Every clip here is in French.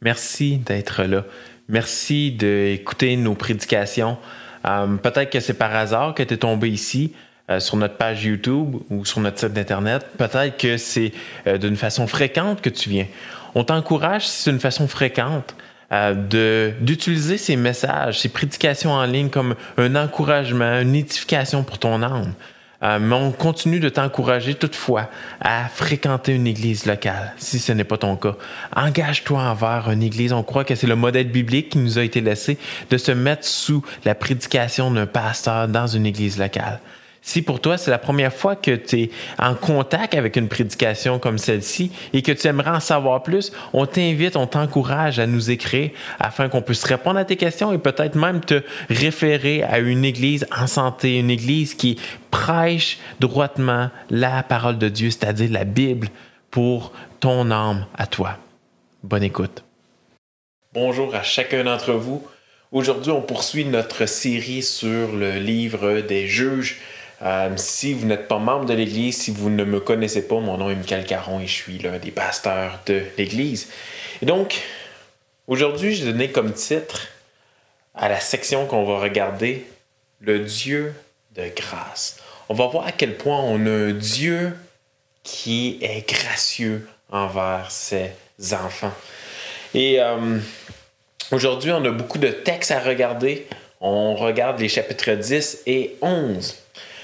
Merci d'être là. Merci d'écouter nos prédications. Peut-être que c'est par hasard que tu es tombé ici sur notre page YouTube ou sur notre site d'Internet. Peut-être que c'est d'une façon fréquente que tu viens. On t'encourage, si c'est une façon fréquente, d'utiliser ces messages, ces prédications en ligne comme un encouragement, une édification pour ton âme. Mais on continue de t'encourager toutefois à fréquenter une église locale, si ce n'est pas ton cas. Engage-toi envers une église. On croit que c'est le modèle biblique qui nous a été laissé de se mettre sous la prédication d'un pasteur dans une église locale. Si pour toi, c'est la première fois que tu es en contact avec une prédication comme celle-ci et que tu aimerais en savoir plus, on t'invite, on t'encourage à nous écrire afin qu'on puisse répondre à tes questions et peut-être même te référer à une église en santé, une église qui prêche droitement la parole de Dieu, c'est-à-dire la Bible, pour ton âme à toi. Bonne écoute. Bonjour à chacun d'entre vous. Aujourd'hui, on poursuit notre série sur le livre des Juges. Si vous n'êtes pas membre de l'Église, si vous ne me connaissez pas, mon nom est Michael Caron et je suis l'un des pasteurs de l'Église. Et donc, aujourd'hui, j'ai donné comme titre à la section qu'on va regarder, le Dieu de grâce. On va voir à quel point on a un Dieu qui est gracieux envers ses enfants. Et aujourd'hui, on a beaucoup de textes à regarder. On regarde les chapitres 10 et 11.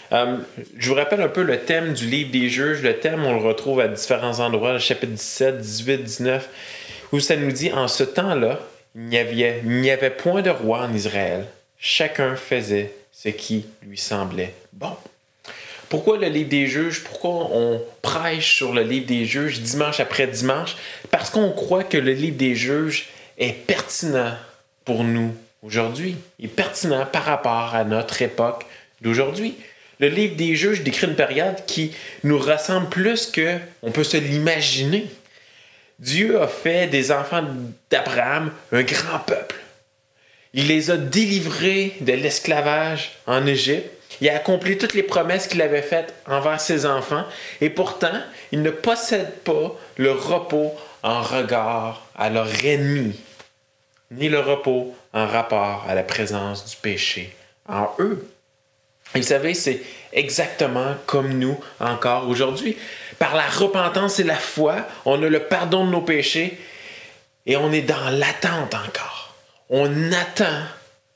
Je vous rappelle un peu le thème du livre des Juges. Le thème, on le retrouve à différents endroits, le chapitre 17, 18, 19, où ça nous dit « En ce temps-là, il n'y avait point de roi en Israël. Chacun faisait ce qui lui semblait bon. » Pourquoi le livre des Juges? Pourquoi on prêche sur le livre des Juges dimanche après dimanche? Parce qu'on croit que le livre des Juges est pertinent pour nous aujourd'hui. Il est pertinent par rapport à notre époque d'aujourd'hui. Le livre des Juges décrit une période qui nous ressemble plus qu'on peut se l'imaginer. Dieu a fait des enfants d'Abraham un grand peuple. Il les a délivrés de l'esclavage en Égypte. Il a accompli toutes les promesses qu'il avait faites envers ses enfants. Et pourtant, il ne possède pas le repos en regard à leur ennemi, ni le repos en rapport à la présence du péché en eux. Et vous savez, c'est exactement comme nous encore aujourd'hui. Par la repentance et la foi, on a le pardon de nos péchés et on est dans l'attente encore. On attend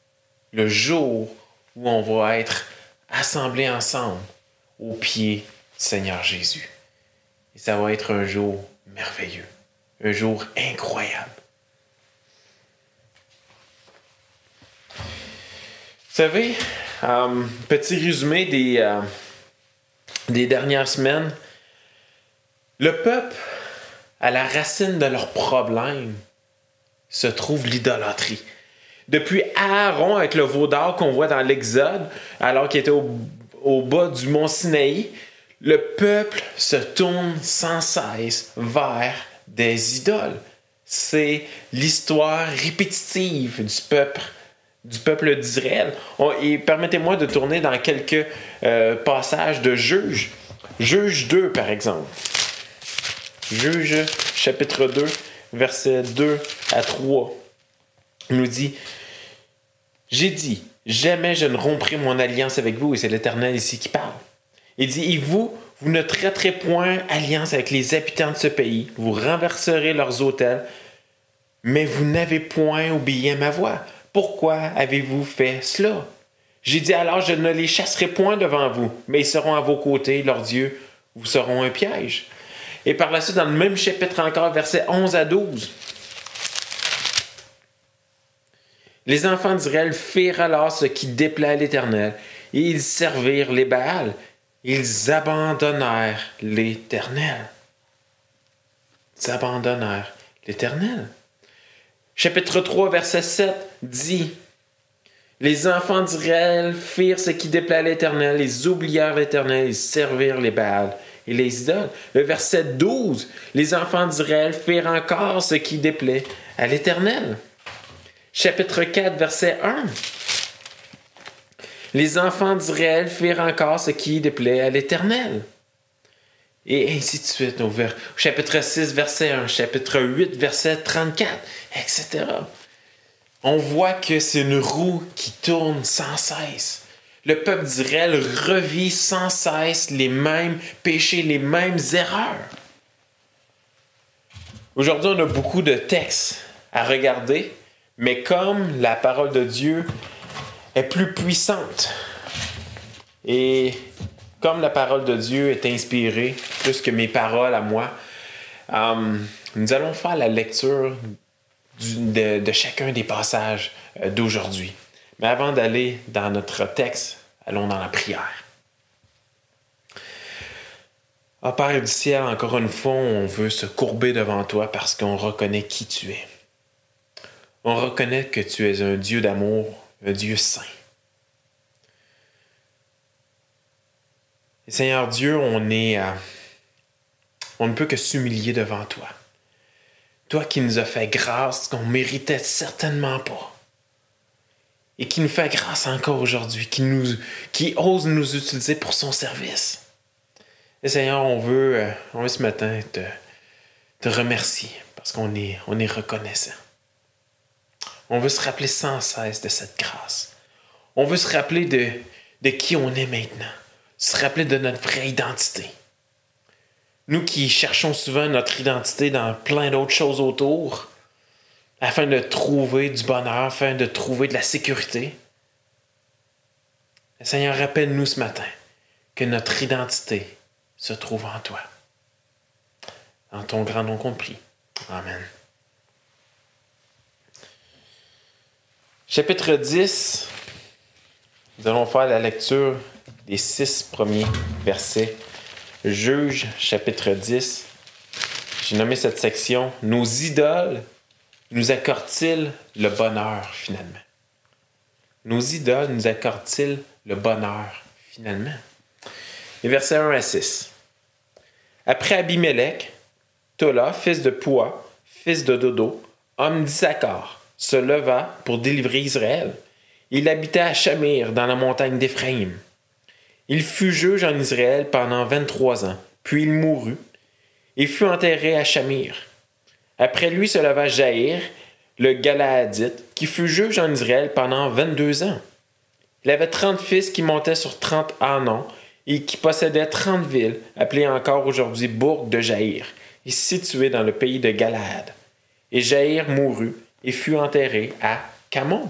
le jour où on va être assemblés ensemble aux pieds du Seigneur Jésus. Et ça va être un jour merveilleux, un jour incroyable. Vous savez, petit résumé des dernières semaines. Le peuple, à la racine de leurs problèmes, se trouve l'idolâtrie. Depuis Aaron avec le veau d'or qu'on voit dans l'Exode, alors qu'il était au bas du mont Sinaï, le peuple se tourne sans cesse vers des idoles. C'est l'histoire répétitive du peuple d'Israël. Et permettez-moi de tourner dans quelques passages de Juges. Juge 2, par exemple. Juge, chapitre 2, versets 2 à 3. Il nous dit « J'ai dit, jamais je ne romprai mon alliance avec vous. » Et c'est l'Éternel ici qui parle. Il dit « Et vous ne traiterez point alliance avec les habitants de ce pays. Vous renverserez leurs autels, mais vous n'avez point obéi à ma voix. Pourquoi avez-vous fait cela? J'ai dit alors, je ne les chasserai point devant vous, mais ils seront à vos côtés, leurs dieux vous seront un piège. » Et par la suite, dans le même chapitre encore, versets 11 à 12. Les enfants d'Israël firent alors ce qui déplaît à l'Éternel, et ils servirent les Baals. Ils abandonnèrent l'Éternel. Ils abandonnèrent l'Éternel. Chapitre 3, verset 7 dit « Les enfants d'Israël firent ce qui déplaît à l'Éternel, ils oublièrent l'Éternel, ils servirent les Baals et les idoles. » Le verset 12, « Les enfants d'Israël firent encore ce qui déplaît à l'Éternel. » Chapitre 4, verset 1, « Les enfants d'Israël firent encore ce qui déplaît à l'Éternel. » Et ainsi de suite, au chapitre 6, verset 1, chapitre 8, verset 34, etc. On voit que c'est une roue qui tourne sans cesse. Le peuple d'Israël revit sans cesse les mêmes péchés, les mêmes erreurs. Aujourd'hui, on a beaucoup de textes à regarder, mais comme la parole de Dieu est plus puissante et comme la parole de Dieu est inspirée, plus que mes paroles à moi, nous allons faire la lecture de chacun des passages d'aujourd'hui. Mais avant d'aller dans notre texte, allons dans la prière. Ah, Père du ciel, encore une fois, on veut se courber devant toi parce qu'on reconnaît qui tu es. On reconnaît que tu es un Dieu d'amour, un Dieu saint. Et Seigneur Dieu, on ne peut que s'humilier devant toi. Toi qui nous as fait grâce qu'on ne méritait certainement pas. Et qui nous fait grâce encore aujourd'hui, qui ose nous utiliser pour son service. Et Seigneur, on veut ce matin te remercier parce qu'on est reconnaissant. On veut se rappeler sans cesse de cette grâce. On veut se rappeler de qui on est maintenant. Se rappeler de notre vraie identité. Nous qui cherchons souvent notre identité dans plein d'autres choses autour, afin de trouver du bonheur, afin de trouver de la sécurité. Seigneur, rappelle-nous ce matin que notre identité se trouve en toi. En ton grand nom qu'on prie. Amen. Chapitre 10, nous allons faire la lecture des 6 premiers versets. Juge, chapitre 10. J'ai nommé cette section « Nos idoles nous accordent-ils le bonheur finalement? » Nos idoles nous accordent-ils le bonheur finalement? Les versets 1 à 6. Après Abimélec, Tola, fils de Poua, fils de Dodo, homme d'Issachar, se leva pour délivrer Israël. Il habitait à Shamir, dans la montagne d'Éphraïm. Il fut juge en Israël pendant 23 ans, puis il mourut, et fut enterré à Shamir. Après lui se leva Jaïr, le Galaadite, qui fut juge en Israël pendant 22 ans. Il avait 30 fils qui montaient sur 30 ânons, et qui possédaient 30 villes, appelées encore aujourd'hui Bourg de Jaïr, et situées dans le pays de Galaad. Et Jaïr mourut, et fut enterré à Camon.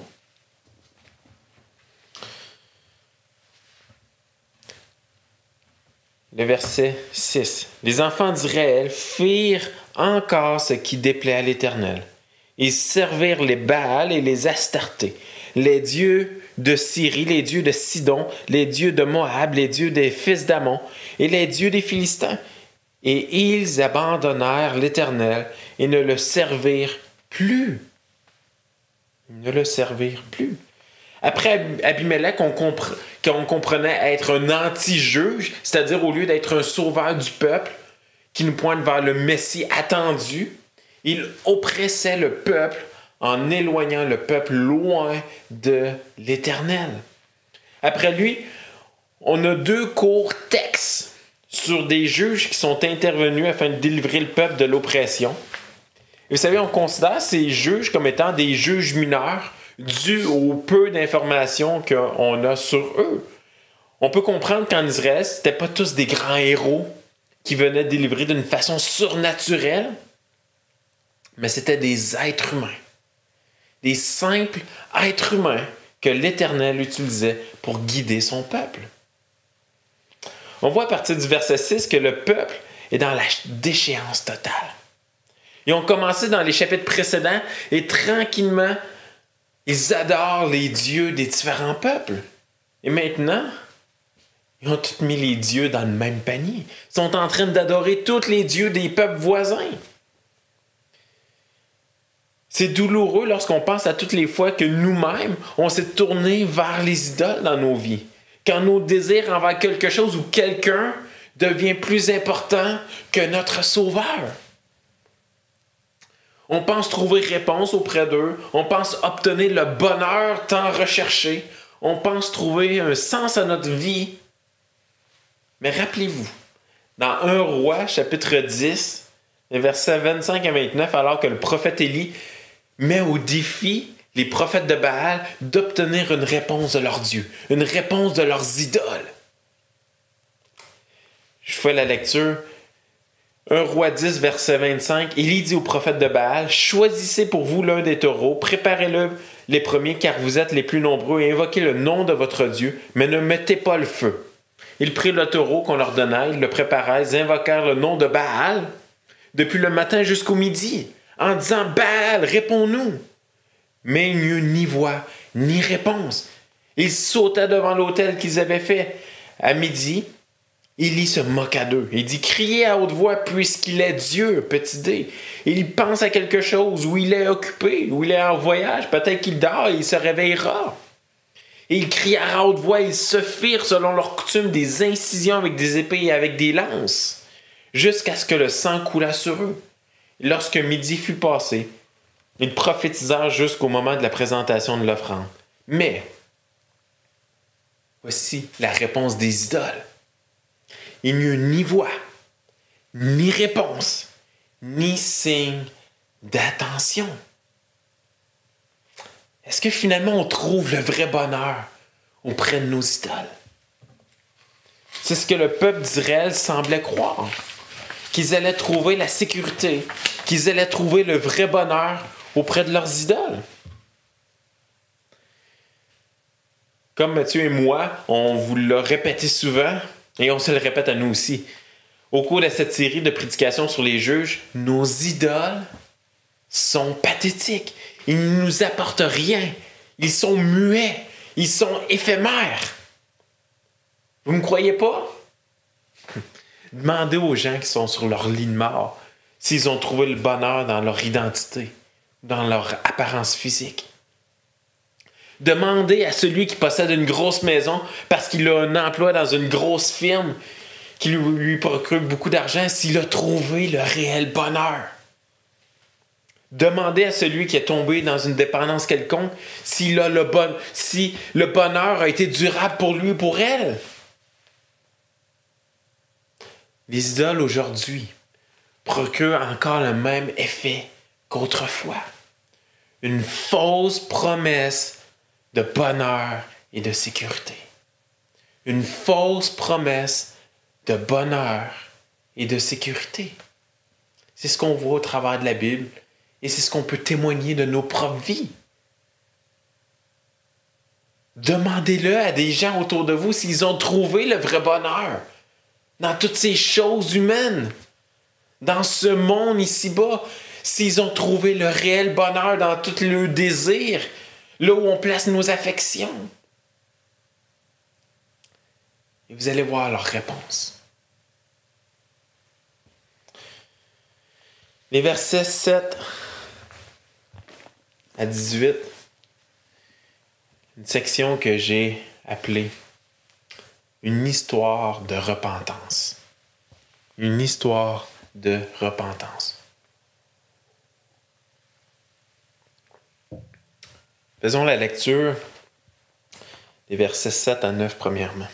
Le verset 6. Les enfants d'Israël firent encore ce qui déplaît à l'Éternel. Ils servirent les Baals et les Astartés, les dieux de Syrie, les dieux de Sidon, les dieux de Moab, les dieux des fils d'Ammon et les dieux des Philistins. Et ils abandonnèrent l'Éternel et ne le servirent plus. Ils ne le servirent plus. Après Abimélec, qu'on comprenait être un anti-juge, c'est-à-dire au lieu d'être un sauveur du peuple, qui nous pointe vers le Messie attendu, il oppressait le peuple en éloignant le peuple loin de l'Éternel. Après lui, on a 2 courts textes sur des juges qui sont intervenus afin de délivrer le peuple de l'oppression. Et vous savez, on considère ces juges comme étant des juges mineurs dû au peu d'informations qu'on a sur eux. On peut comprendre qu'en Israël, ce n'étaient pas tous des grands héros qui venaient délivrer d'une façon surnaturelle, mais c'était des êtres humains, des simples êtres humains que l'Éternel utilisait pour guider son peuple. On voit à partir du verset 6 que le peuple est dans la déchéance totale. Ils ont commencé dans les chapitres précédents et tranquillement, ils adorent les dieux des différents peuples. Et maintenant, ils ont tous mis les dieux dans le même panier. Ils sont en train d'adorer tous les dieux des peuples voisins. C'est douloureux lorsqu'on pense à toutes les fois que nous-mêmes, on s'est tourné vers les idoles dans nos vies. Quand nos désirs envers quelque chose ou quelqu'un devient plus important que notre Sauveur. On pense trouver réponse auprès d'eux. On pense obtenir le bonheur tant recherché. On pense trouver un sens à notre vie. Mais rappelez-vous, dans 1 Roi, chapitre 10, les versets 25 à 29, alors que le prophète Élie met au défi les prophètes de Baal d'obtenir une réponse de leur Dieu, une réponse de leurs idoles. Je fais la lecture. 1 Roi 10, verset 25, Élie dit aux prophètes de Baal, « Choisissez pour vous l'un des taureaux, préparez-le les premiers, car vous êtes les plus nombreux, et invoquez le nom de votre Dieu, mais ne mettez pas le feu. » Ils prirent le taureau qu'on leur donna, ils le préparèrent, ils invoquèrent le nom de Baal, depuis le matin jusqu'au midi, en disant, « Baal, réponds-nous » Mais il n'y eut ni voix, ni réponse. Ils sautaient devant l'autel qu'ils avaient fait. À midi, Élie se moqua d'eux. Il dit, criez à haute voix puisqu'il est Dieu, petit d. Il pense à quelque chose, ou il est occupé, ou il est en voyage. Peut-être qu'il dort et il se réveillera. Et ils crièrent à haute voix, ils se firent selon leur coutume des incisions avec des épées et avec des lances, jusqu'à ce que le sang coulât sur eux. Lorsque midi fut passé, ils prophétisèrent jusqu'au moment de la présentation de l'offrande. Mais, voici la réponse des idoles. Il n'y eut ni voix, ni réponse, ni signe d'attention. Est-ce que finalement on trouve le vrai bonheur auprès de nos idoles? C'est ce que le peuple d'Israël semblait croire. Qu'ils allaient trouver la sécurité, qu'ils allaient trouver le vrai bonheur auprès de leurs idoles. Comme Mathieu et moi, on vous l'a répété souvent, et on se le répète à nous aussi. Au cours de cette série de prédications sur les juges, nos idoles sont pathétiques. Ils ne nous apportent rien. Ils sont muets. Ils sont éphémères. Vous ne me croyez pas? Demandez aux gens qui sont sur leur lit de mort s'ils ont trouvé le bonheur dans leur identité, dans leur apparence physique. Demandez à celui qui possède une grosse maison parce qu'il a un emploi dans une grosse firme qui lui procure beaucoup d'argent s'il a trouvé le réel bonheur. Demandez à celui qui est tombé dans une dépendance quelconque si le bonheur a été durable pour lui ou pour elle. Les idoles aujourd'hui procurent encore le même effet qu'autrefois. Une fausse promesse de bonheur et de sécurité. Une fausse promesse de bonheur et de sécurité. C'est ce qu'on voit au travers de la Bible et c'est ce qu'on peut témoigner de nos propres vies. Demandez-le à des gens autour de vous s'ils ont trouvé le vrai bonheur dans toutes ces choses humaines, dans ce monde ici-bas, s'ils ont trouvé le réel bonheur dans tout le désir, là où on place nos affections. Et vous allez voir leur réponse. Les versets 7 à 18, une section que j'ai appelée une histoire de repentance. Une histoire de repentance. Faisons la lecture des versets 7 à 9 premièrement.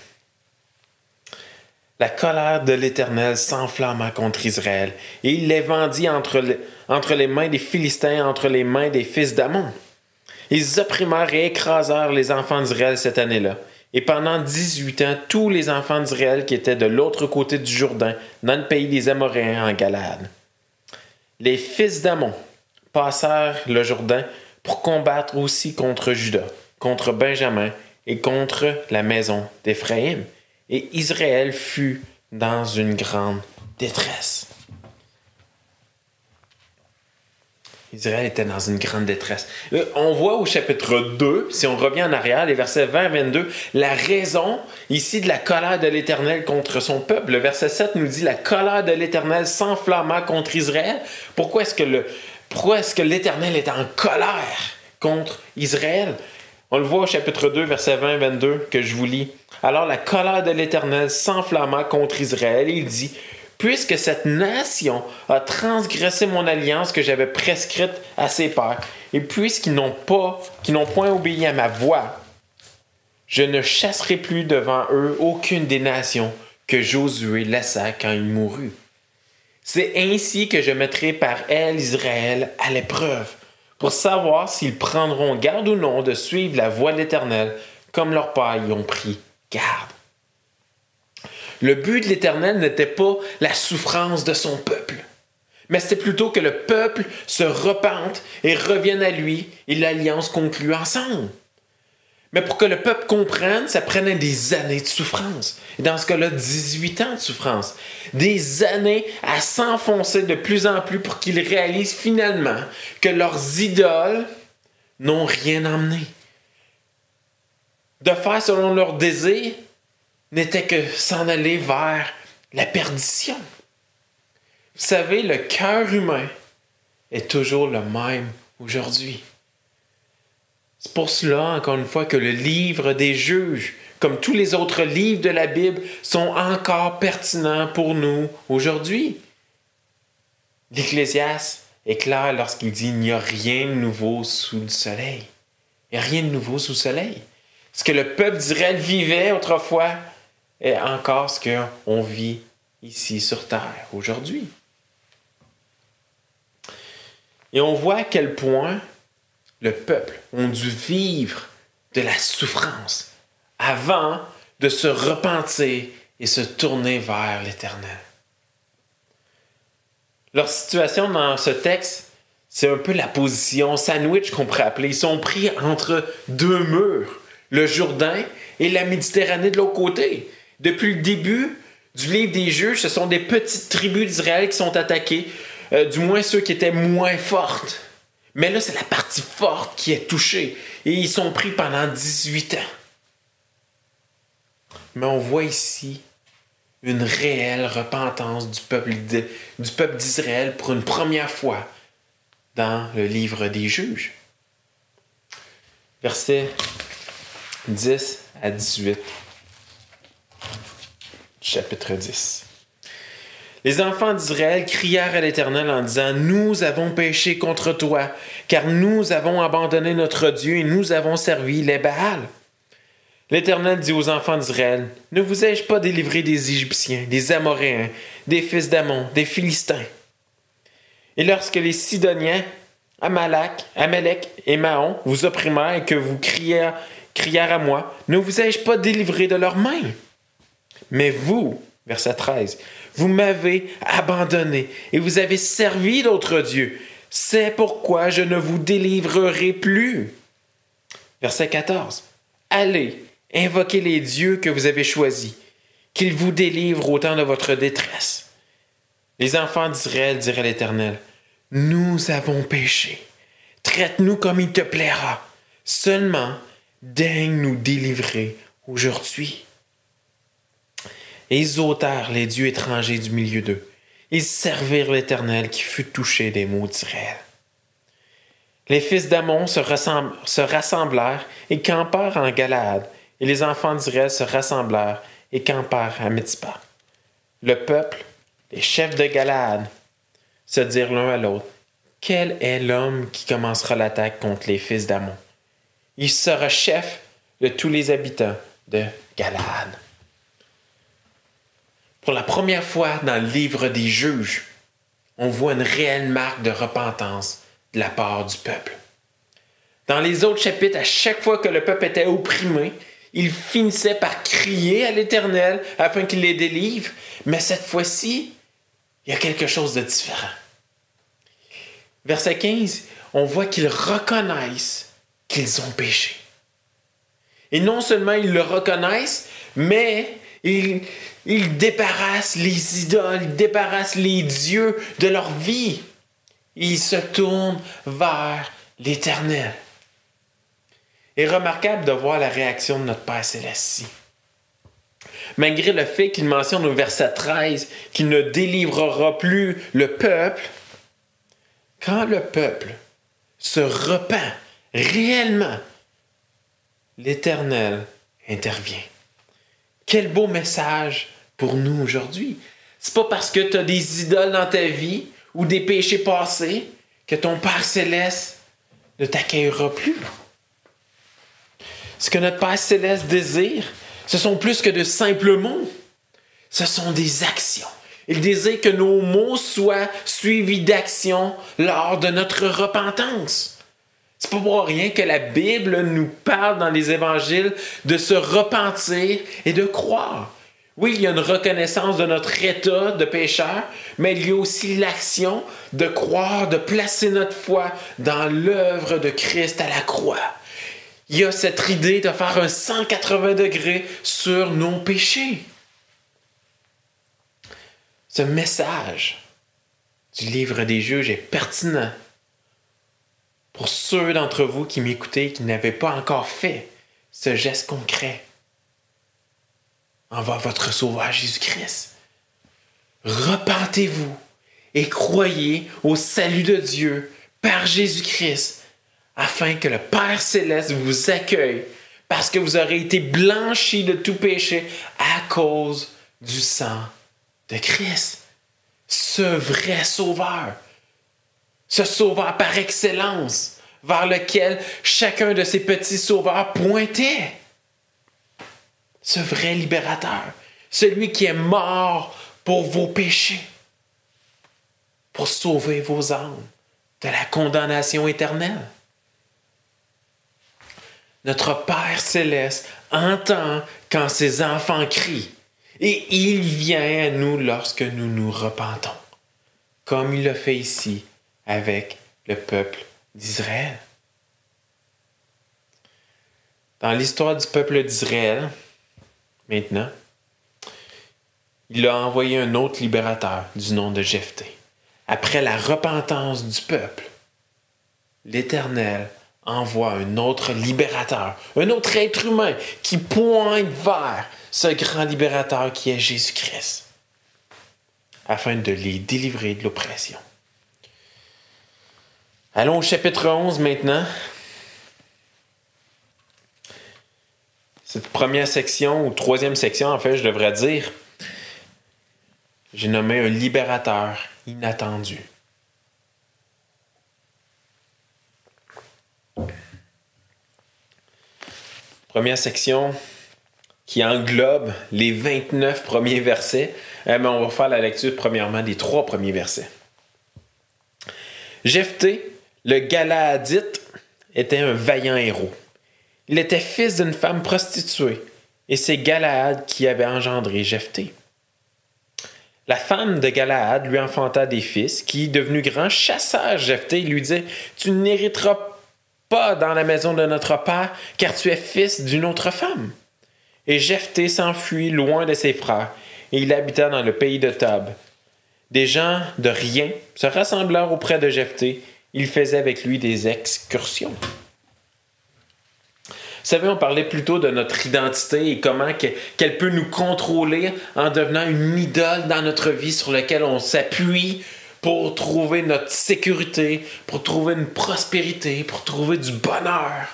La colère de l'Éternel s'enflamma contre Israël, et il les vendit entre les mains des Philistins, entre les mains des fils d'Ammon. Ils opprimèrent et écrasèrent les enfants d'Israël cette année-là. Et pendant 18 ans, tous les enfants d'Israël qui étaient de l'autre côté du Jourdain, dans le pays des Amoréens en Galade. Les fils d'Ammon passèrent le Jourdain pour combattre aussi contre Juda, contre Benjamin et contre la maison d'Éphraïm. Et Israël fut dans une grande détresse. Israël était dans une grande détresse. On voit au chapitre 2, si on revient en arrière, les versets 20 à 22, la raison ici de la colère de l'Éternel contre son peuple. Le verset 7 nous dit « La colère de l'Éternel s'enflamma contre Israël ». Pourquoi est-ce que l'Éternel est en colère contre Israël? On le voit au chapitre 2, verset 20 à 22, que je vous lis. « Alors la colère de l'Éternel s'enflamma contre Israël et il dit « Puisque cette nation a transgressé mon alliance que j'avais prescrite à ses pères, et puisqu'ils n'ont point obéi à ma voix, je ne chasserai plus devant eux aucune des nations que Josué laissa quand il mourut. C'est ainsi que je mettrai par elle Israël à l'épreuve, pour savoir s'ils prendront garde ou non de suivre la voie de l'Éternel, comme leurs pères y ont pris garde. Le but de l'Éternel n'était pas la souffrance de son peuple, mais c'était plutôt que le peuple se repente et revienne à lui et l'alliance conclue ensemble. Mais pour que le peuple comprenne, ça prenait des années de souffrance. Et dans ce cas-là, 18 ans de souffrance. Des années à s'enfoncer de plus en plus pour qu'ils réalisent finalement que leurs idoles n'ont rien emmené. De faire selon leurs désirs n'était que s'en aller vers la perdition. Vous savez, le cœur humain est toujours le même aujourd'hui. C'est pour cela, encore une fois, que le livre des juges, comme tous les autres livres de la Bible, sont encore pertinents pour nous aujourd'hui. L'Ecclésiaste est clair lorsqu'il dit « Il n'y a rien de nouveau sous le soleil ». Il n'y a rien de nouveau sous le soleil. Ce que le peuple d'Israël vivait autrefois est encore ce qu'on vit ici sur terre aujourd'hui. Et on voit à quel point le peuple a dû vivre de la souffrance avant de se repentir et se tourner vers l'Éternel. Leur situation dans ce texte, c'est un peu la position sandwich qu'on pourrait appeler. Ils sont pris entre deux murs, le Jourdain et la Méditerranée de l'autre côté. Depuis le début du livre des Juges, ce sont des petites tribus d'Israël qui sont attaquées, du moins ceux qui étaient moins fortes. Mais là, c'est la partie forte qui est touchée. Et ils sont pris pendant 18 ans. Mais on voit ici une réelle repentance du peuple d'Israël pour une première fois dans le livre des Juges. Versets 10 à 18. Chapitre 10. Les enfants d'Israël crièrent à l'Éternel en disant « Nous avons péché contre toi, car nous avons abandonné notre Dieu et nous avons servi les Baals. » L'Éternel dit aux enfants d'Israël « Ne vous ai-je pas délivré des Égyptiens, des Amoréens, des fils d'Amon, des Philistins? » Et lorsque les Sidoniens, Amalek et Maon vous opprimèrent et que vous crièrent à moi, ne vous ai-je pas délivré de leurs mains? Mais vous, verset 13, vous m'avez abandonné et vous avez servi d'autres dieux. C'est pourquoi je ne vous délivrerai plus. Verset 14. Allez, invoquez les dieux que vous avez choisis, qu'ils vous délivrent au temps de votre détresse. Les enfants d'Israël dirent à l'Éternel, nous avons péché. Traite-nous comme il te plaira. Seulement, daigne nous délivrer aujourd'hui. Et ils ôtèrent les dieux étrangers du milieu d'eux. Ils servirent l'Éternel qui fut touché des maux d'Israël. Les fils d'Amon se rassemblèrent et campèrent en Galaad, et les enfants d'Israël se rassemblèrent et campèrent à Mitzpah. Le peuple, les chefs de Galaad, se dirent l'un à l'autre, « Quel est l'homme qui commencera l'attaque contre les fils d'Amon? Il sera chef de tous les habitants de Galaad. » Pour la première fois dans le livre des Juges, on voit une réelle marque de repentance de la part du peuple. Dans les autres chapitres, à chaque fois que le peuple était opprimé, il finissait par crier à l'Éternel afin qu'il les délivre, mais cette fois-ci, il y a quelque chose de différent. Verset 15, on voit qu'ils reconnaissent qu'ils ont péché. Et non seulement ils le reconnaissent, mais ils débarrassent les idoles, ils débarrassent les dieux de leur vie. Ils se tournent vers l'Éternel. Et remarquable de voir la réaction de notre Père Céleste ici. Malgré le fait qu'il mentionne au verset 13 qu'il ne délivrera plus le peuple, quand le peuple se repent réellement, l'Éternel intervient. Quel beau message pour nous aujourd'hui. C'est pas parce que tu as des idoles dans ta vie ou des péchés passés que ton Père Céleste ne t'accueillera plus. Ce que notre Père Céleste désire, ce sont plus que de simples mots. ce sont des actions. Il désire que nos mots soient suivis d'actions lors de notre repentance. C'est pas pour rien que la Bible nous parle dans les évangiles de se repentir et de croire. Oui, il y a une reconnaissance de notre état de pécheur, mais il y a aussi l'action de croire, de placer notre foi dans l'œuvre de Christ à la croix. Il y a cette idée de faire un 180 degrés sur nos péchés. Ce message du livre des Juges est pertinent pour ceux d'entre vous qui m'écoutez et qui n'avaient pas encore fait ce geste concret envers votre Sauveur Jésus-Christ. Repentez-vous et croyez au salut de Dieu par Jésus-Christ afin que le Père Céleste vous accueille parce que vous aurez été blanchis de tout péché à cause du sang de Christ. Ce vrai Sauveur. Ce Sauveur par excellence vers lequel chacun de ces petits sauveurs pointait. Ce vrai libérateur. Celui qui est mort pour vos péchés. Pour sauver vos âmes de la condamnation éternelle. Notre Père Céleste entend quand ses enfants crient et il vient à nous lorsque nous nous repentons, comme il le fait ici avec le peuple d'Israël. Dans l'histoire du peuple d'Israël, maintenant, il a envoyé un autre libérateur du nom de Jephthé. Après la repentance du peuple, l'Éternel envoie un autre libérateur, un autre être humain qui pointe vers ce grand libérateur qui est Jésus-Christ, afin de les délivrer de l'oppression. Allons au chapitre 11 maintenant. Cette première section, ou troisième section en fait, je devrais dire, j'ai nommé un libérateur inattendu. Première section qui englobe les 29 premiers versets. Mais on va faire la lecture premièrement des 3 premiers versets. Jephthé, le Galaadite, était un vaillant héros. Il était fils d'une femme prostituée, et c'est Galaad qui avait engendré Jephthé. La femme de Galaad lui enfanta des fils, qui, devenu grand, chassèrent Jephthé et lui dit « Tu n'hériteras pas dans la maison de notre père, car tu es fils d'une autre femme. » Et Jephthé s'enfuit loin de ses frères, et il habita dans le pays de Tob. Des gens de rien se rassemblèrent auprès de Jephthé. Ils faisaient avec lui des excursions. Vous savez, on parlait plutôt de notre identité et comment qu'elle peut nous contrôler en devenant une idole dans notre vie sur laquelle on s'appuie pour trouver notre sécurité, pour trouver une prospérité, pour trouver du bonheur.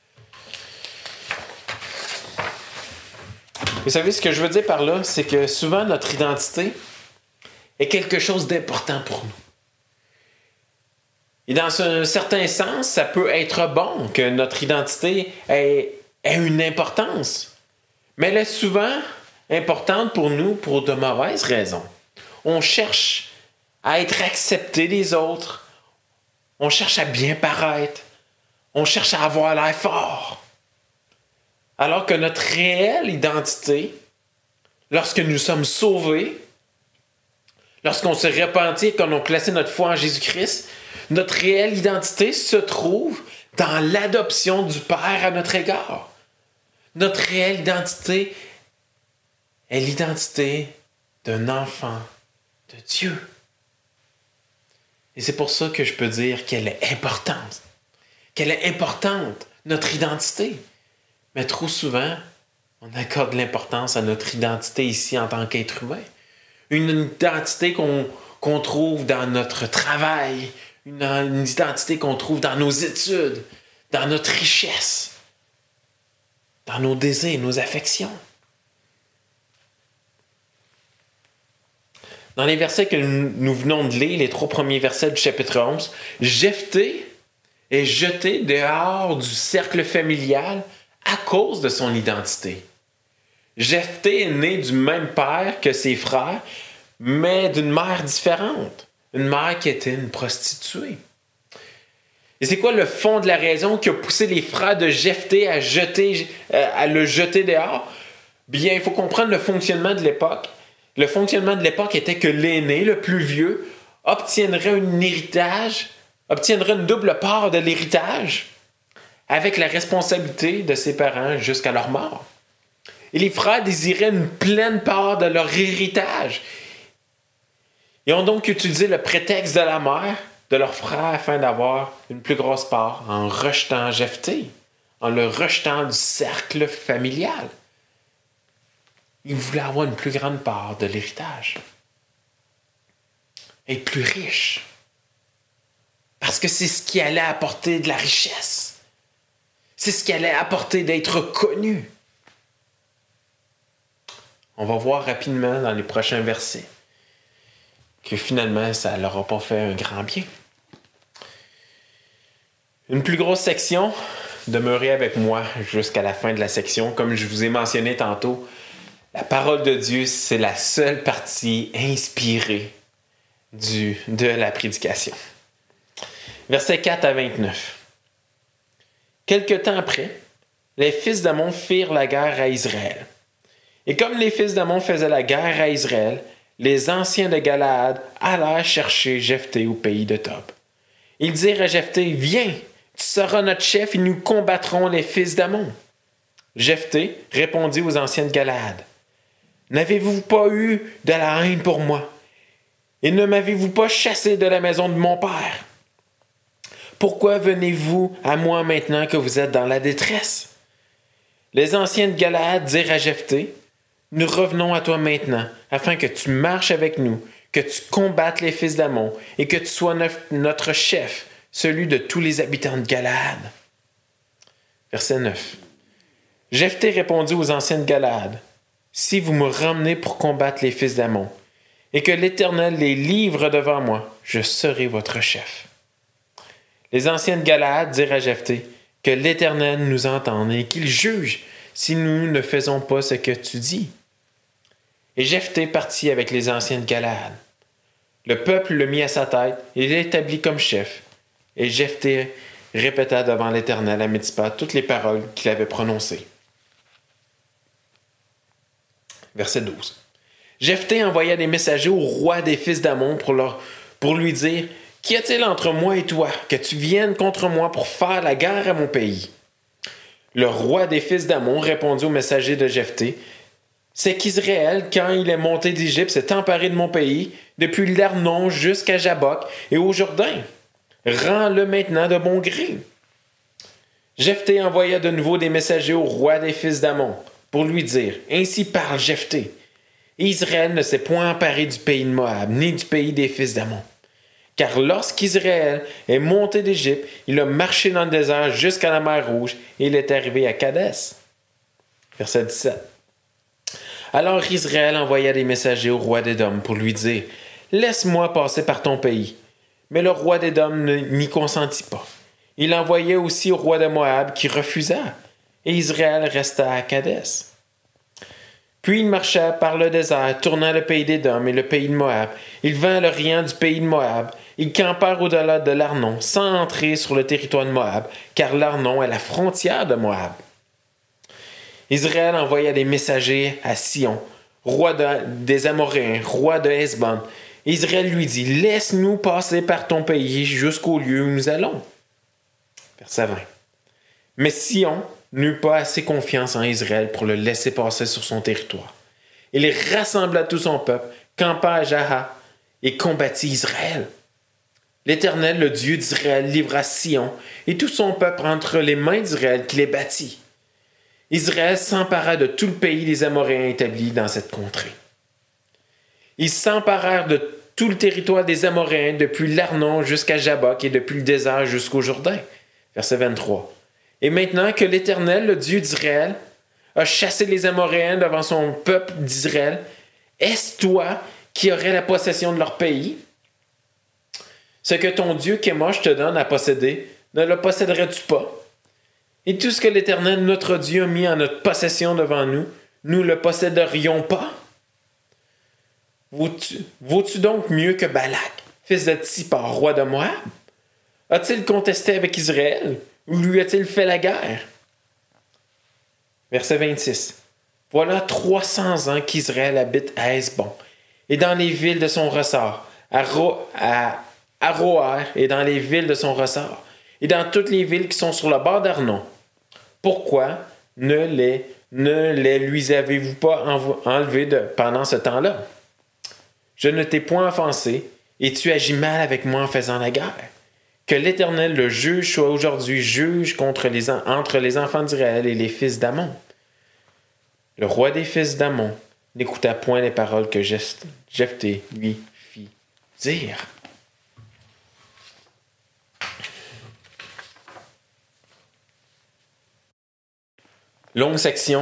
Vous savez, ce que je veux dire par là, c'est que souvent notre identité est quelque chose d'important pour nous. Et dans un certain sens, ça peut être bon que notre identité ait une importance. Mais elle est souvent importante pour nous pour de mauvaises raisons. On cherche à être accepté des autres. On cherche à bien paraître. On cherche à avoir l'air fort. Alors que notre réelle identité, lorsque nous sommes sauvés, lorsqu'on s'est repenti et qu'on a placé notre foi en Jésus-Christ, notre réelle identité se trouve dans l'adoption du Père à notre égard. Notre réelle identité est l'identité d'un enfant de Dieu. Et c'est pour ça que je peux dire qu'elle est importante. Qu'elle est importante, notre identité. Mais trop souvent, on accorde l'importance à notre identité ici en tant qu'être humain. Une identité qu'on trouve dans notre travail, une identité qu'on trouve dans nos études, dans notre richesse, dans nos désirs, nos affections. Dans les versets que nous venons de lire, les 3 premiers versets du chapitre 11, Jephthé est jeté dehors du cercle familial à cause de son identité. Jephthé est né du même père que ses frères, mais d'une mère différente. Une mère qui était une prostituée. Et c'est quoi le fond de la raison qui a poussé les frères de Jephthé à le jeter dehors? Bien, il faut comprendre le fonctionnement de l'époque. Le fonctionnement de l'époque était que l'aîné, le plus vieux, obtiendrait une double part de l'héritage avec la responsabilité de ses parents jusqu'à leur mort. Et les frères désiraient une pleine part de leur héritage. Ils ont donc utilisé le prétexte de la mère de leur frère afin d'avoir une plus grosse part en rejetant Jephthé, en le rejetant du cercle familial. Ils voulaient avoir une plus grande part de l'héritage. Être plus riche. Parce que c'est ce qui allait apporter de la richesse. C'est ce qui allait apporter d'être connu. On va voir rapidement dans les prochains versets que finalement, ça ne leur a pas fait un grand bien. Une plus grosse section, demeurez avec moi jusqu'à la fin de la section. Comme je vous ai mentionné tantôt, la parole de Dieu, c'est la seule partie inspirée de la prédication. Versets 4 à 29. Quelque temps après, les fils d'Ammon firent la guerre à Israël. Et comme les fils d'Ammon faisaient la guerre à Israël, les anciens de Galaad allèrent chercher Jephthé au pays de Tob. Ils dirent à Jephthé, « Viens, tu seras notre chef et nous combattrons les fils d'Ammon. » Jephthé répondit aux anciens de Galaad, « N'avez-vous pas eu de la haine pour moi? Et ne m'avez-vous pas chassé de la maison de mon père? Pourquoi venez-vous à moi maintenant que vous êtes dans la détresse? » Les anciens de Galaad dirent à Jephthé, « Nous revenons à toi maintenant, afin que tu marches avec nous, que tu combattes les fils d'Ammon, et que tu sois notre chef, celui de tous les habitants de Galaad. » Verset 9. Jephthé répondit aux anciens de Galaad, « Si vous me ramenez pour combattre les fils d'Ammon, et que l'Éternel les livre devant moi, je serai votre chef. » Les anciens de Galaad dirent à Jephthé, « Que l'Éternel nous entende et qu'il juge si nous ne faisons pas ce que tu dis. » Et Jephthé partit avec les anciens de Galaad. Le peuple le mit à sa tête et l'établit comme chef. Et Jephthé répéta devant l'Éternel à Mitzpah toutes les paroles qu'il avait prononcées. Verset 12. Jephthé envoya des messagers au roi des fils d'Ammon pour lui dire, « Qu'y a-t-il entre moi et toi, que tu viennes contre moi pour faire la guerre à mon pays? » Le roi des fils d'Ammon répondit aux messagers de Jephthé, « C'est qu'Israël, quand il est monté d'Égypte, s'est emparé de mon pays, depuis l'Arnon jusqu'à Jabbok et au Jourdain. Rends-le maintenant de bon gré. » Jephthé envoya de nouveau des messagers au roi des fils d'Ammon pour lui dire, « Ainsi parle Jephthé. Israël ne s'est point emparé du pays de Moab, ni du pays des fils d'Ammon. Car lorsqu'Israël est monté d'Égypte, il a marché dans le désert jusqu'à la mer Rouge et il est arrivé à Kadès. » Verset 17. Alors Israël envoya des messagers au roi d'Édom pour lui dire, « Laisse-moi passer par ton pays. » Mais le roi d'Édom n'y consentit pas. Il envoyait aussi au roi de Moab qui refusa, et Israël resta à Kadès. Puis il marcha par le désert, tournant le pays d'Édom et le pays de Moab. Il vint à l'orient du pays de Moab. Ils campèrent au-delà de l'Arnon, sans entrer sur le territoire de Moab, car l'Arnon est la frontière de Moab. Israël envoya des messagers à Sion, roi des Amoréens, roi de Hesbon. Israël lui dit, « Laisse-nous passer par ton pays jusqu'au lieu où nous allons. » Verset 20. Mais Sion n'eut pas assez confiance en Israël pour le laisser passer sur son territoire. Il rassembla tout son peuple, campa à Jaha et combattit Israël. L'Éternel, le Dieu d'Israël, livra Sion et tout son peuple entre les mains d'Israël qui les battit. Israël s'empara de tout le pays des Amoréens établis dans cette contrée. Ils s'emparèrent de tout le territoire des Amoréens depuis l'Arnon jusqu'à Jabbok et depuis le désert jusqu'au Jourdain. Verset 23. Et maintenant que l'Éternel, le Dieu d'Israël, a chassé les Amoréens devant son peuple d'Israël, est-ce toi qui aurais la possession de leur pays? Ce que ton Dieu Kémosh te donne à posséder, ne le posséderais-tu pas? Et tout ce que l'Éternel, notre Dieu, a mis en notre possession devant nous, nous le posséderions pas? Vaux-tu donc mieux que Balak, fils de Tsippar, roi de Moab? A-t-il contesté avec Israël, ou lui a-t-il fait la guerre? Verset 26. Voilà 300 ans qu'Israël habite à Hesbon, et dans les villes de son ressort, à Aroër et dans les villes de son ressort, et dans toutes les villes qui sont sur le bord d'Arnon. Pourquoi ne les lui avez-vous pas enlevés pendant ce temps-là? Je ne t'ai point offensé, et tu agis mal avec moi en faisant la guerre. Que l'Éternel, le juge, soit aujourd'hui juge entre les enfants d'Israël et les fils d'Amon. Le roi des fils d'Amon n'écouta point les paroles que Jephthé lui fit dire. Longue section.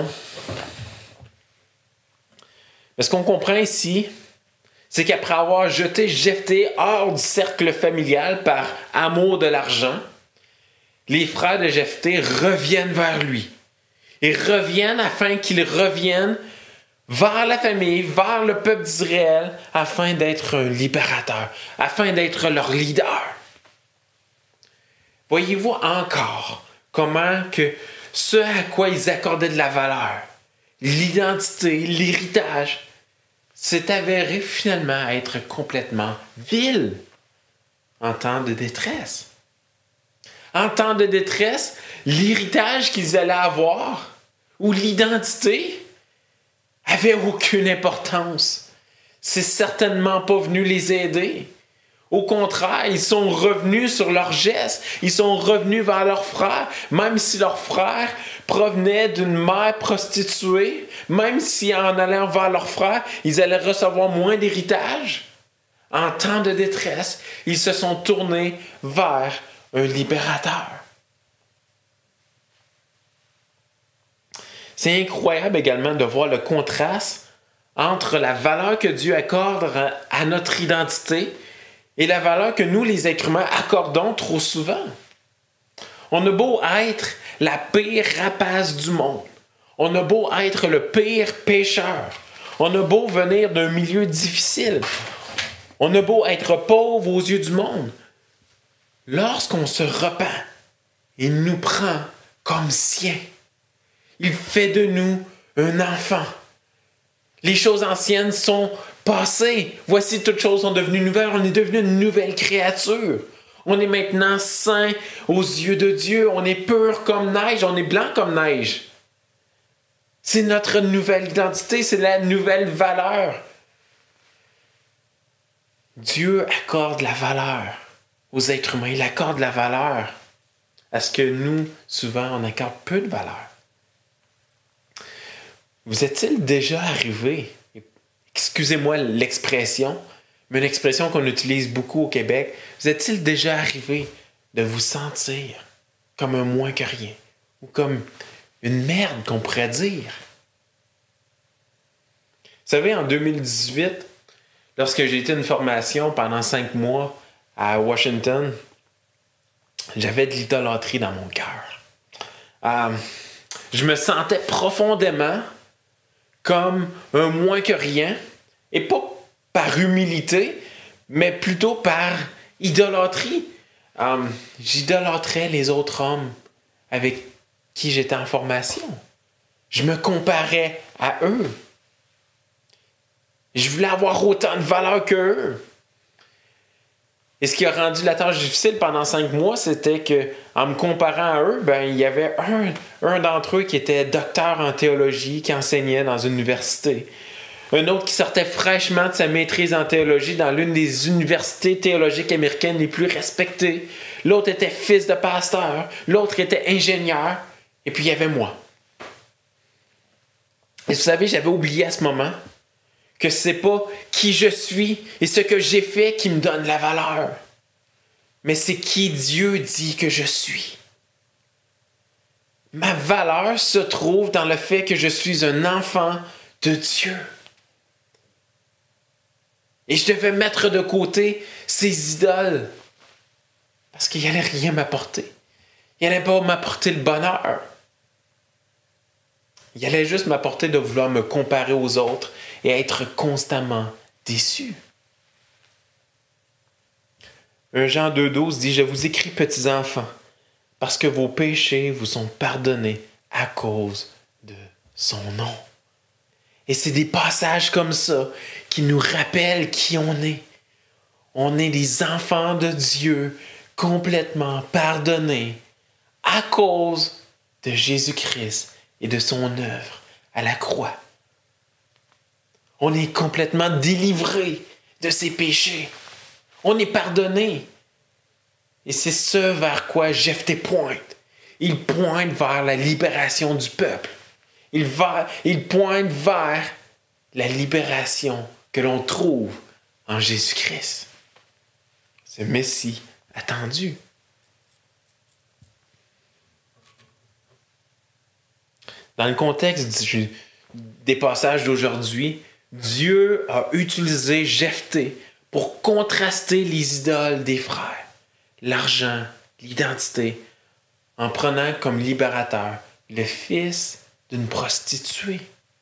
Mais ce qu'on comprend ici, c'est qu'après avoir jeté Jephthé hors du cercle familial par amour de l'argent, les frères de Jephthé reviennent vers lui. Et reviennent afin qu'il revienne vers la famille, vers le peuple d'Israël, afin d'être un libérateur, afin d'être leur leader. Voyez-vous encore comment que ce à quoi ils accordaient de la valeur, l'identité, l'héritage, s'est avéré finalement être complètement vil en temps de détresse. En temps de détresse, l'héritage qu'ils allaient avoir ou l'identité avait aucune importance. C'est certainement pas venu les aider. Au contraire, ils sont revenus sur leurs gestes. Ils sont revenus vers leurs frères, même si leurs frères provenaient d'une mère prostituée, même si en allant vers leurs frères, ils allaient recevoir moins d'héritage. En temps de détresse, ils se sont tournés vers un libérateur. C'est incroyable également de voir le contraste entre la valeur que Dieu accorde à notre identité et la valeur que nous, les êtres humains, accordons trop souvent. On a beau être la pire rapace du monde. On a beau être le pire pécheur. On a beau venir d'un milieu difficile. On a beau être pauvre aux yeux du monde. Lorsqu'on se repent, il nous prend comme sien. Il fait de nous un enfant. Les choses anciennes sont passées. Voici, toutes choses sont devenues nouvelles. On est devenu une nouvelle créature. On est maintenant saint aux yeux de Dieu. On est pur comme neige. On est blanc comme neige. C'est notre nouvelle identité. C'est la nouvelle valeur. Dieu accorde la valeur aux êtres humains. Il accorde la valeur à ce que nous, souvent, on accorde peu de valeur. Vous est-il déjà arrivé, excusez-moi l'expression, mais une expression qu'on utilise beaucoup au Québec, vous est-il déjà arrivé de vous sentir comme un moins que rien ou comme une merde qu'on pourrait dire? Vous savez, en 2018, lorsque j'ai été à une formation pendant 5 mois à Washington, j'avais de l'idolâtrie dans mon cœur. Je me sentais profondément comme un moins que rien, et pas par humilité, mais plutôt par idolâtrie. J'idolâtrais les autres hommes avec qui j'étais en formation. Je me comparais à eux. Je voulais avoir autant de valeur qu'eux. Et ce qui a rendu la tâche difficile pendant 5 mois, c'était que, en me comparant à eux, il y avait un d'entre eux qui était docteur en théologie, qui enseignait dans une université. Un autre qui sortait fraîchement de sa maîtrise en théologie dans l'une des universités théologiques américaines les plus respectées. L'autre était fils de pasteur. L'autre était ingénieur. Et puis il y avait moi. Et vous savez, j'avais oublié à ce moment que c'est pas qui je suis et ce que j'ai fait qui me donne la valeur, mais c'est qui Dieu dit que je suis. Ma valeur se trouve dans le fait que je suis un enfant de Dieu. Et je devais mettre de côté ces idoles parce qu'il n'allait rien m'apporter. Il n'allait pas m'apporter le bonheur. Il allait juste m'apporter de vouloir me comparer aux autres et être constamment déçu. 1 Jean 2,12 dit « Je vous écris, petits enfants, parce que vos péchés vous sont pardonnés à cause de son nom. » Et c'est des passages comme ça qui nous rappellent qui on est. On est des enfants de Dieu complètement pardonnés à cause de Jésus-Christ et de son œuvre à la croix. On est complètement délivrés de ses péchés. On est pardonné. Et c'est ce vers quoi Jephthé pointe. Il pointe vers la libération du peuple. Il pointe vers la libération que l'on trouve en Jésus-Christ. Ce Messie attendu. Dans le contexte des passages d'aujourd'hui, Dieu a utilisé Jephthé pour contraster les idoles des frères, l'argent, l'identité, en prenant comme libérateur le fils d'une prostituée.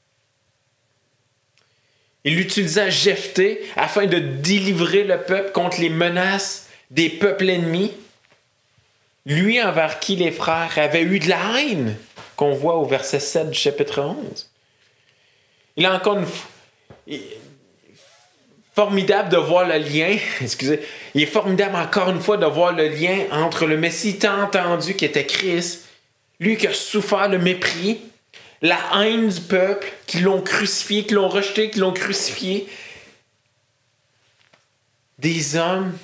Il utilisa Jephthé afin de délivrer le peuple contre les menaces des peuples ennemis, lui envers qui les frères avaient eu de la haine, qu'on voit au verset 7 du chapitre 11. Il a encore formidable de voir le lien, il est formidable encore une fois de voir le lien entre le Messie tant entendu qui était Christ, lui qui a souffert le mépris, la haine du peuple, qui l'ont crucifié, qui l'ont rejeté, qui l'ont crucifié, des hommes.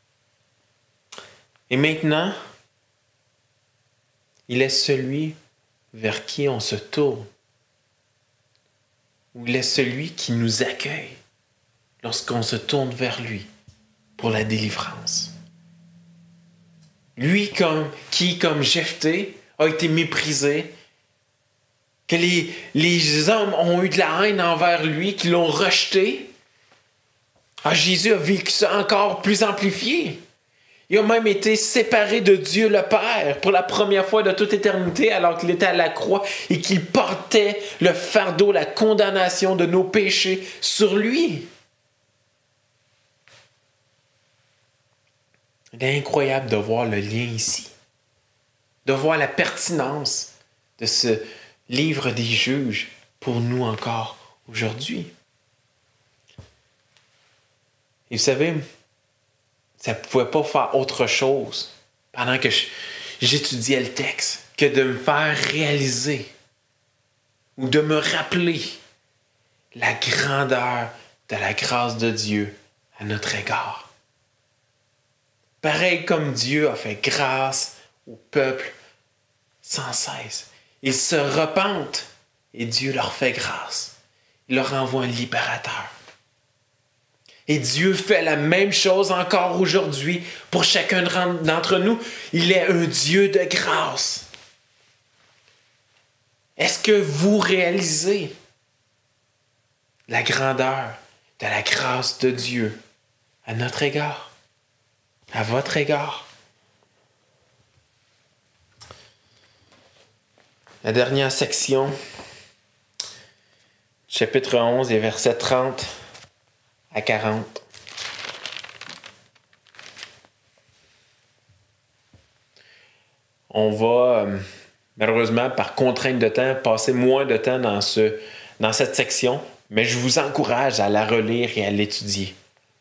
Et maintenant, il est celui vers qui on se tourne, ou il est celui qui nous accueille lorsqu'on se tourne vers lui pour la délivrance. Lui qui, comme Jephthé, a été méprisé, que les hommes ont eu de la haine envers lui, qui l'ont rejeté. Jésus a vécu ça encore plus amplifié. Il a même été séparé de Dieu le Père pour la première fois de toute éternité alors qu'il était à la croix et qu'il portait le fardeau, la condamnation de nos péchés sur lui. Il est incroyable de voir le lien ici, de voir la pertinence de ce livre des juges pour nous encore aujourd'hui. Et vous savez, ça ne pouvait pas faire autre chose pendant que j'étudiais le texte que de me faire réaliser ou de me rappeler la grandeur de la grâce de Dieu à notre égard. Pareil comme Dieu a fait grâce au peuple sans cesse. Ils se repentent et Dieu leur fait grâce. Il leur envoie un libérateur. Et Dieu fait la même chose encore aujourd'hui pour chacun d'entre nous. Il est un Dieu de grâce. Est-ce que vous réalisez la grandeur de la grâce de Dieu à notre égard? À votre égard. La dernière section, chapitre 11 et versets 30 à 40. On va, malheureusement, par contrainte de temps, passer moins de temps dans cette section, mais je vous encourage à la relire et à l'étudier.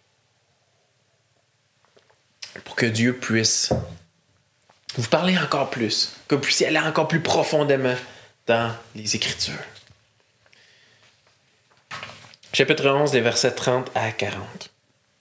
Pour que Dieu puisse vous parler encore plus, que vous puissiez aller encore plus profondément dans les Écritures. Chapitre 11, des versets 30 à 40.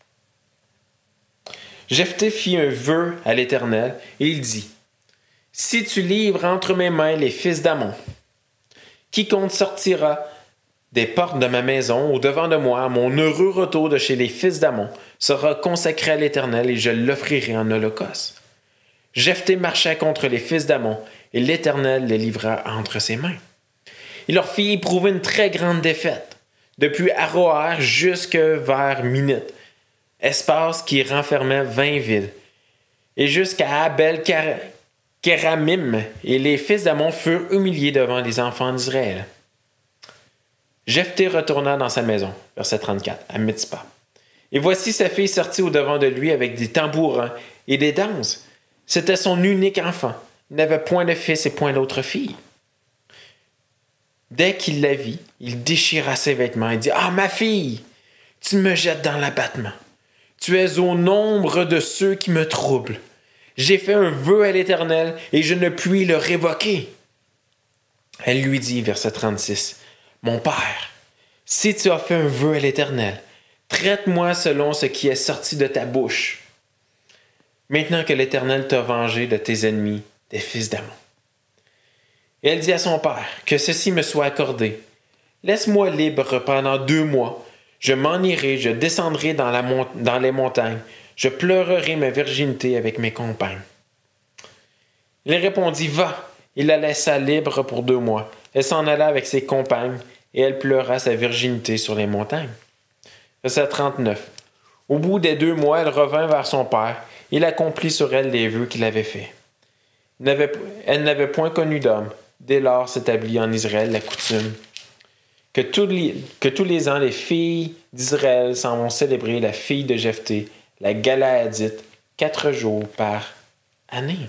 Jephthé fit un vœu à l'Éternel et il dit : Si tu livres entre mes mains les fils d'Ammon, quiconque sortira des portes de ma maison au-devant de moi, à mon heureux retour de chez les fils d'Ammon, sera consacré à l'Éternel et je l'offrirai en holocauste. Jephthé marcha contre les fils d'Ammon et l'Éternel les livra entre ses mains. Il leur fit éprouver une très grande défaite, depuis Aroër jusque vers Minite, espace qui renfermait 20 villes, et jusqu'à Abel-Kéramim, et les fils d'Ammon furent humiliés devant les enfants d'Israël. Jephthé retourna dans sa maison, verset 34, à Mitzpah. Et voici sa fille sortie au-devant de lui avec des tambourins et des danses. C'était son unique enfant. Il n'avait point de fils et point d'autre fille. Dès qu'il la vit, il déchira ses vêtements et dit « Ah, ma fille, tu me jettes dans l'abattement. Tu es au nombre de ceux qui me troublent. J'ai fait un vœu à l'Éternel et je ne puis le révoquer. » Elle lui dit, verset 36, « Mon père, si tu as fait un vœu à l'Éternel, traite-moi selon ce qui est sorti de ta bouche. Maintenant que l'Éternel t'a vengé de tes ennemis, des fils d'Ammon. » Et elle dit à son père, « Que ceci me soit accordé. Laisse-moi libre pendant 2 mois. Je m'en irai, je descendrai dans les montagnes. Je pleurerai ma virginité avec mes compagnes. » Il répondit, « Va. » Il la laissa libre pour 2 mois. Elle s'en alla avec ses compagnes, et elle pleura sa virginité sur les montagnes. Verset 39. Au bout des 2 mois, elle revint vers son père. Il accomplit sur elle les vœux qu'il avait faits. Elle n'avait point connu d'homme. Dès lors s'établit en Israël la coutume que tous les ans, les filles d'Israël s'en vont célébrer la fille de Jephthé, la Galaadite, 4 jours par année.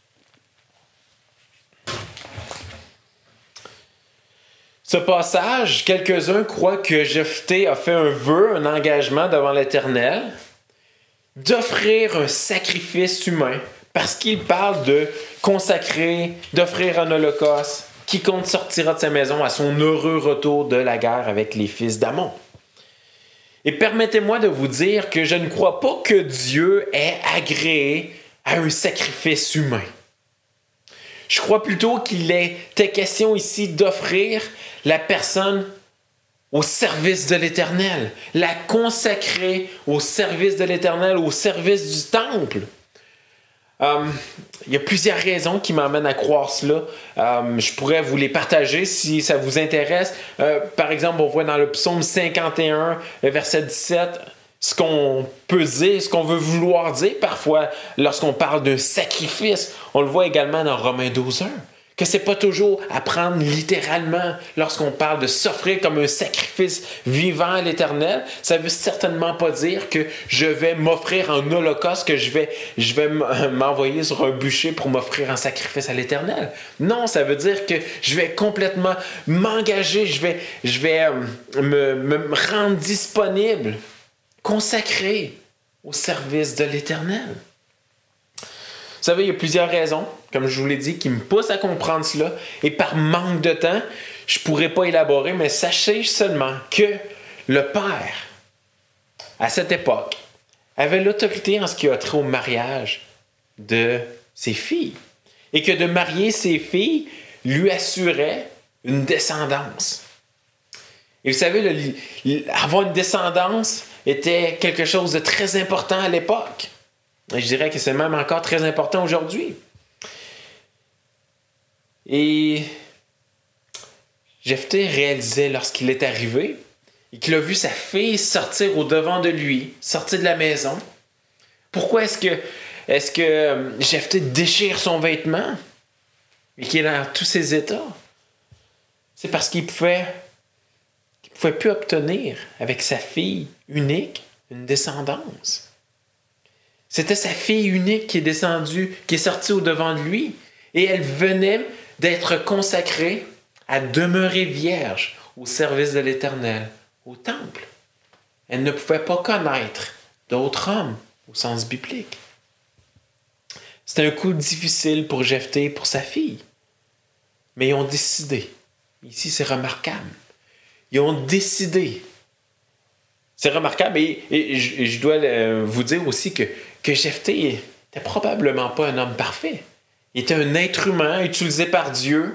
Ce passage, quelques-uns croient que Jephthé a fait un vœu, un engagement devant l'Éternel, d'offrir un sacrifice humain, parce qu'il parle de consacrer, d'offrir un holocauste. Quiconque sortira de sa maison à son heureux retour de la guerre avec les fils d'Ammon. Et permettez-moi de vous dire que je ne crois pas que Dieu ait agréé à un sacrifice humain. Je crois plutôt qu'il était question ici d'offrir la personne au service de l'Éternel, la consacrer au service de l'Éternel, au service du temple. Il y a plusieurs raisons qui m'amènent à croire cela. Je pourrais vous les partager si ça vous intéresse. Par exemple, on voit dans le psaume 51, verset 17, ce qu'on peut dire, ce qu'on veut vouloir dire parfois lorsqu'on parle d'un sacrifice. On le voit également dans Romains 12, 1. Que ce n'est pas toujours à prendre littéralement lorsqu'on parle de s'offrir comme un sacrifice vivant à l'Éternel. Ça ne veut certainement pas dire que je vais m'offrir en holocauste, que je vais m'envoyer sur un bûcher pour m'offrir un sacrifice à l'Éternel. Non, ça veut dire que je vais complètement m'engager, je vais me rendre disponible, consacré au service de l'Éternel. Vous savez, il y a plusieurs raisons, comme je vous l'ai dit, qui me poussent à comprendre cela. Et par manque de temps, je ne pourrais pas élaborer, mais sachez seulement que le père, à cette époque, avait l'autorité en ce qui a trait au mariage de ses filles. Et que de marier ses filles lui assurait une descendance. Et vous savez, avoir une descendance était quelque chose de très important à l'époque. Et je dirais que c'est même encore très important aujourd'hui. Et Jephthé réalisait lorsqu'il est arrivé et qu'il a vu sa fille sortir au-devant de lui, sortir de la maison. Pourquoi est-ce que Jephthé déchire son vêtement et qu'il est dans tous ses états? C'est parce qu'il pouvait plus obtenir avec sa fille unique une descendance. C'était sa fille unique qui est descendue, qui est sortie au-devant de lui. Et elle venait d'être consacrée à demeurer vierge au service de l'Éternel, au temple. Elle ne pouvait pas connaître d'autres hommes au sens biblique. C'était un coup difficile pour Jephthé et pour sa fille. Mais ils ont décidé. Ici, c'est remarquable. Ils ont décidé. C'est remarquable et je dois vous dire aussi que Jephthé n'était probablement pas un homme parfait. Il était un être humain utilisé par Dieu.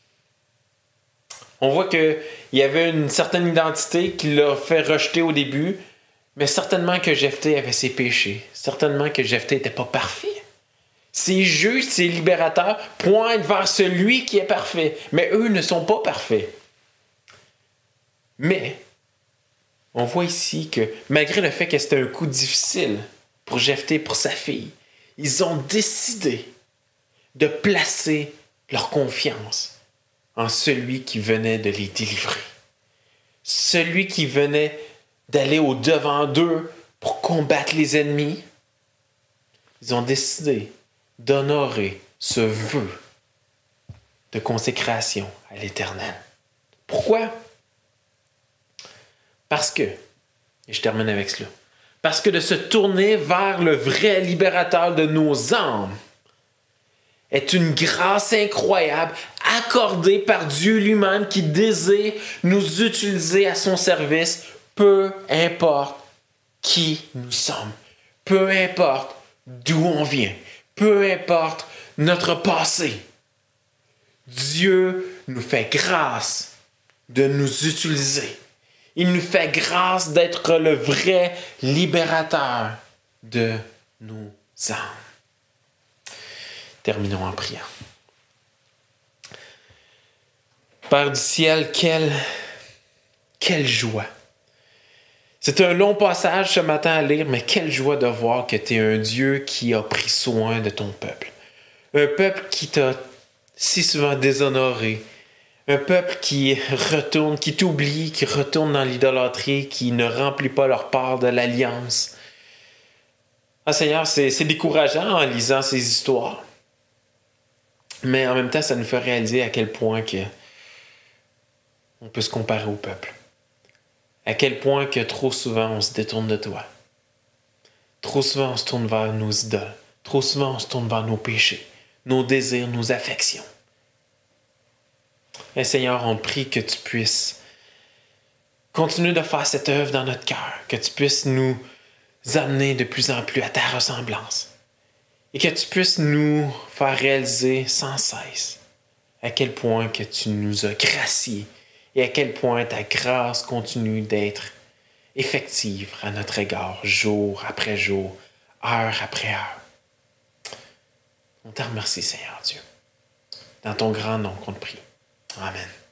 On voit qu'il y avait une certaine identité qui l'a fait rejeter au début, mais certainement que Jephthé avait ses péchés. Certainement que Jephthé n'était pas parfait. Ses juges, ses libérateurs pointent vers celui qui est parfait, mais eux ne sont pas parfaits. Mais on voit ici que malgré le fait que c'était un coup difficile pour Jephthé et pour sa fille, ils ont décidé de placer leur confiance en celui qui venait de les délivrer. celui qui venait d'aller au-devant d'eux pour combattre les ennemis, ils ont décidé d'honorer ce vœu de consécration à l'Éternel. Pourquoi? Parce que, et je termine avec cela, parce que de se tourner vers le vrai libérateur de nos âmes est une grâce incroyable accordée par Dieu lui-même qui désire nous utiliser à son service, peu importe qui nous sommes, peu importe d'où on vient, peu importe notre passé. Dieu nous fait grâce de nous utiliser. Il nous fait grâce d'être le vrai libérateur de nos âmes. Terminons en priant. Père du ciel, quelle joie. C'est un long passage ce matin à lire, mais quelle joie de voir que tu es un Dieu qui a pris soin de ton peuple. Un peuple qui t'a si souvent déshonoré. Un peuple qui retourne, qui t'oublie, qui retourne dans l'idolâtrie, qui ne remplit pas leur part de l'alliance. Ah Seigneur, c'est décourageant en lisant ces histoires. Mais en même temps, ça nous fait réaliser à quel point on peut se comparer au peuple. À quel point que trop souvent on se détourne de toi. Trop souvent on se tourne vers nos idoles. Trop souvent on se tourne vers nos péchés, nos désirs, nos affections. Et Seigneur, on prie que tu puisses continuer de faire cette œuvre dans notre cœur, que tu puisses nous amener de plus en plus à ta ressemblance et que tu puisses nous faire réaliser sans cesse à quel point que tu nous as graciés et à quel point ta grâce continue d'être effective à notre égard, jour après jour, heure après heure. On te remercie, Seigneur Dieu. Dans ton grand nom qu'on te prie. Amen.